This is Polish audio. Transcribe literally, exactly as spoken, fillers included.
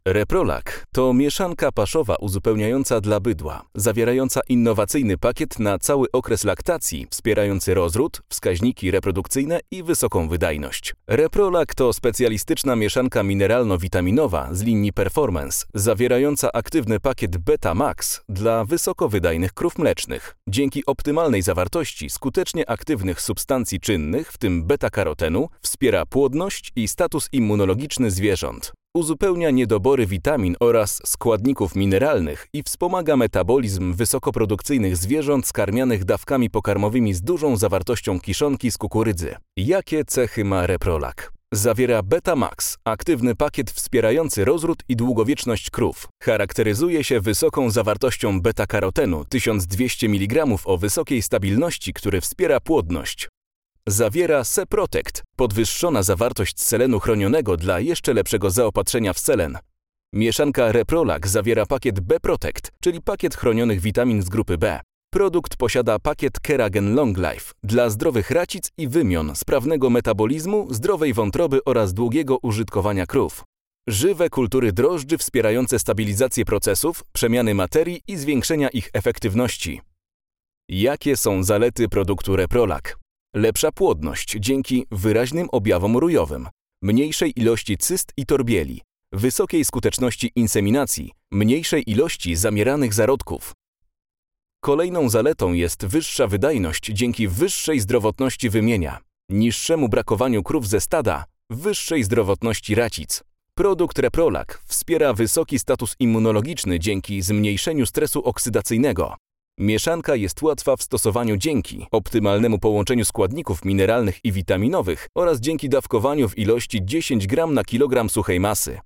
Reprolak to mieszanka paszowa uzupełniająca dla bydła, zawierająca innowacyjny pakiet na cały okres laktacji, wspierający rozród, wskaźniki reprodukcyjne i wysoką wydajność. Reprolak to specjalistyczna mieszanka mineralno-witaminowa z linii Performance, zawierająca aktywny pakiet Beta Max dla wysoko wydajnych krów mlecznych. Dzięki optymalnej zawartości skutecznie aktywnych substancji czynnych, w tym beta-karotenu, wspiera płodność i status immunologiczny zwierząt. Uzupełnia niedobory witamin oraz składników mineralnych i wspomaga metabolizm wysokoprodukcyjnych zwierząt skarmianych dawkami pokarmowymi z dużą zawartością kiszonki z kukurydzy. Jakie cechy ma Reprolak? Zawiera Beta Max, aktywny pakiet wspierający rozród i długowieczność krów. Charakteryzuje się wysoką zawartością beta-karotenu tysiąc dwieście miligramów o wysokiej stabilności, który wspiera płodność. Zawiera SeProtect, podwyższona zawartość selenu chronionego dla jeszcze lepszego zaopatrzenia w selen. Mieszanka Reprolak zawiera pakiet B-Protect, czyli pakiet chronionych witamin z grupy B. Produkt posiada pakiet Keragen Long Life dla zdrowych racic i wymion, sprawnego metabolizmu, zdrowej wątroby oraz długiego użytkowania krów. Żywe kultury drożdży wspierające stabilizację procesów, przemiany materii i zwiększenia ich efektywności. Jakie są zalety produktu Reprolak? Lepsza płodność dzięki wyraźnym objawom rójowym, mniejszej ilości cyst i torbieli, wysokiej skuteczności inseminacji, mniejszej ilości zamieranych zarodków. Kolejną zaletą jest wyższa wydajność dzięki wyższej zdrowotności wymienia, niższemu brakowaniu krów ze stada, wyższej zdrowotności racic. Produkt Reprolak wspiera wysoki status immunologiczny dzięki zmniejszeniu stresu oksydacyjnego. Mieszanka jest łatwa w stosowaniu dzięki optymalnemu połączeniu składników mineralnych i witaminowych oraz dzięki dawkowaniu w ilości dziesięć gramów na kilogram suchej masy.